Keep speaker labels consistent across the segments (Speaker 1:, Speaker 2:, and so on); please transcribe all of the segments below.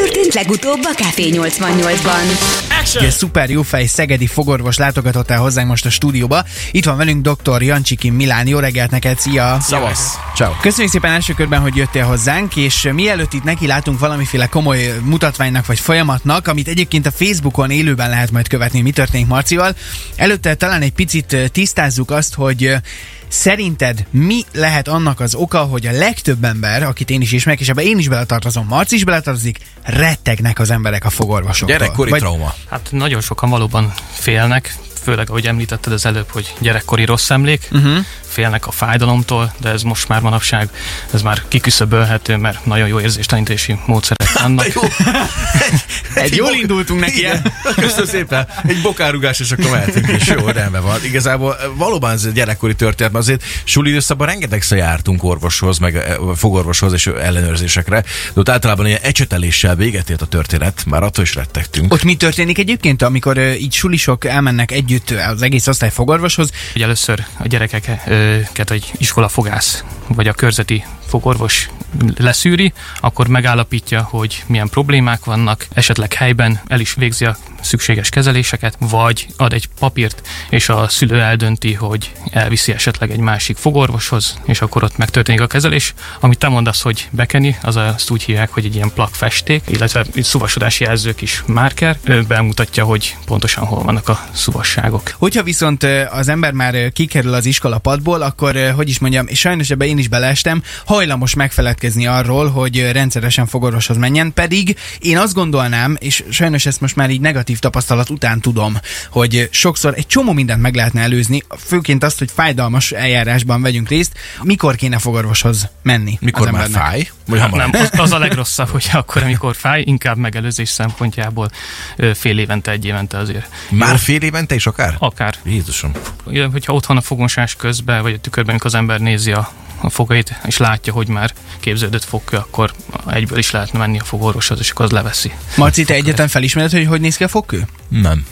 Speaker 1: történt legutóbb a Café 88-ban?
Speaker 2: Egy szuper jófej szegedi fogorvos látogatott el hozzánk most a stúdióba. Itt van velünk dr. Jancsiki Milán. Jó reggelt neked, szia!
Speaker 3: Szavasz! Ciao.
Speaker 2: Köszönjük szépen első körben, hogy jöttél hozzánk, és mielőtt itt neki látunk valamiféle komoly mutatványnak vagy folyamatnak, amit egyébként a Facebookon élőben lehet majd követni, mi történik Marcival, előtte talán egy picit tisztázzuk azt, hogy szerinted mi lehet annak az oka, hogy a legtöbb ember, akit én is ismerek, és ebben én is beletartozom, Marci is beletartozik, rettegnek az emberek a fogorvosoktól?
Speaker 3: Gyerekkori trauma.
Speaker 4: Hát nagyon sokan valóban félnek, főleg ahogy említetted az előbb, hogy gyerekkori rossz emlék, félnek a fájdalomtól, de ez most már manapság, ez már kiküszöbölhető, mert nagyon jó érzéstelenítési módszerek vannak.
Speaker 2: Jól indultunk neki.
Speaker 3: Köszönöm szépen. Egy bokárugás, és akkor mehetünk is. Jó, rendben van. Igazából valóban ez egy gyerekkori történet, azért suli időszakban rengetegszer jártunk orvoshoz, meg fogorvoshoz és ellenőrzésekre, de ott általában ilyen ecseteléssel véget ért a történet, már attól is rettegtünk.
Speaker 2: Ott mi történik egyébként, amikor így sulisok elmennek együtt az egész osztály fogorvoshoz?
Speaker 4: Ugye először a gyerekeket egy iskolafogász vagy a körzeti fogorvos leszűri, akkor megállapítja, hogy milyen problémák vannak, esetleg helyben el is végzi a szükséges kezeléseket, vagy ad egy papírt, és a szülő eldönti, hogy elviszi esetleg egy másik fogorvoshoz, és akkor ott megtörténik a kezelés. Amit te mondasz, hogy bekeni, azt úgy hívják, hogy egy ilyen plakfesték, illetve szuvasodási jelzők is márker, bemutatja, hogy pontosan hol vannak a szuvasságok.
Speaker 2: Hogyha viszont az ember már kikerül az iskolapadból, akkor, hogy is mondjam, és sajnos ebbe én is beleestem, hajlamos megfeledkezni arról, hogy rendszeresen fogorvoshoz menjen, pedig én azt gondolnám, és sajnos ezt most már így negatív tapasztalat után tudom, hogy sokszor egy csomó mindent meg lehetne előzni, főként azt, hogy fájdalmas eljárásban vegyünk részt. Mikor kéne fogorvoshoz menni?
Speaker 3: Mikor már fáj? Vagy
Speaker 4: nem, az a legrosszabb, hogy akkor, amikor fáj, inkább megelőzés szempontjából fél évente, egy évente azért.
Speaker 3: Már fél évente is akár?
Speaker 4: Akár.
Speaker 3: Jézusom.
Speaker 4: Hogyha otthon a fogmosás közben, vagy a tükörben, amikor az ember nézi a fogait, és látja, hogy már képződött fogkő, akkor egyből is lehetne menni a fogorvoshoz, és akkor az leveszi.
Speaker 2: Marci, te egyetlen felismered, hogy néz ki a fogkő?
Speaker 3: Nem.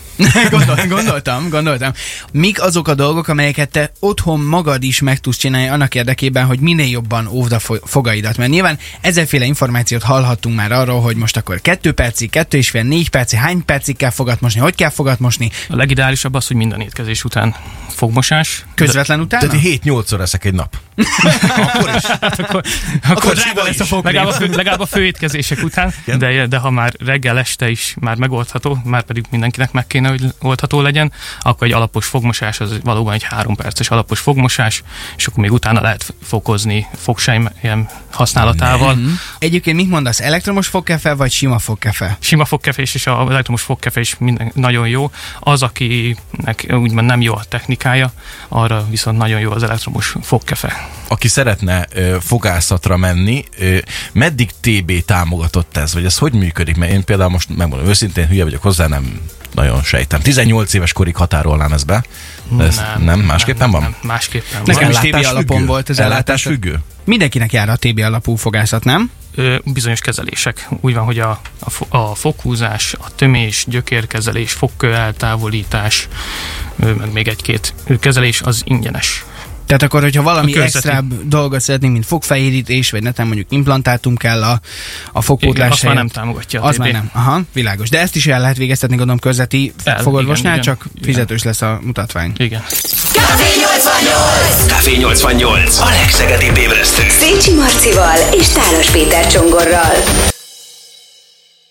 Speaker 2: Gondoltam. Mik azok a dolgok, amelyeket te otthon magad is meg tudsz csinálni annak érdekében, hogy minél jobban óvd a fogaidat? Mert nyilván ezerféle információt hallhattunk már arról, hogy most akkor 2 percig, 2,5, 4 percig, hány percig kell fogat mosni, hogy kell fogat mosni?
Speaker 4: A legideálisabb az, hogy minden étkezés után fogmosás.
Speaker 2: Közvetlen utána?
Speaker 3: Tehát 7-8-szor eszek egy nap.
Speaker 4: Akkor is. akkor drága lesz a fogkrém. Legalább a főétkezések után, de ha már reggel este is már megoldható, már pedig mindenkinek meg kéne, hogy oldható legyen, akkor egy alapos fogmosás, az valóban egy 3 perces alapos fogmosás, és akkor még utána lehet fokozni fogsejm használatával.
Speaker 2: Egyébként mit mondasz, elektromos fogkefe vagy sima fogkefe?
Speaker 4: Sima fogkefés és az elektromos fogkefe is nagyon jó. Az, akinek úgymond nem jó a technikája, arra viszont nagyon jó az elektromos fogkefe.
Speaker 3: Aki szeretne fogászatra menni, meddig TB támogatott ez? Vagy ez hogy működik? Mert én például most megmondom őszintén, hülye vagyok hozzá, nem nagyon sejtem. 18 éves korig határolnám ezt be. Nem, másképpen van?
Speaker 4: Nem, másképpen van.
Speaker 2: Nekem is TB alapon volt az ellátás
Speaker 3: függő.
Speaker 2: Mindenkinek jár a TB alapú fogászat, nem?
Speaker 4: Bizonyos kezelések. Úgy van, hogy a foghúzás, a tömés, gyökérkezelés, fogkő eltávolítás, meg még egy-két kezelés az ingyenes.
Speaker 2: Tehát akkor, hogyha valami extra dolgot szeretnénk, mint fogfehérítés, vagy netem mondjuk implantátum kell a fogpótlás.
Speaker 4: Azt már nem támogatja a TB.
Speaker 2: Az már nem. Aha, világos. De ezt is el lehet végeztetni, gondolom, körzeti fogorvosnál, csak fizetős lesz a mutatvány.
Speaker 4: Igen.
Speaker 1: Café 88!
Speaker 5: Café 88. A legszegedibb ébresztő.
Speaker 1: Szécsi Marcival és Tálos Péter Csongorral.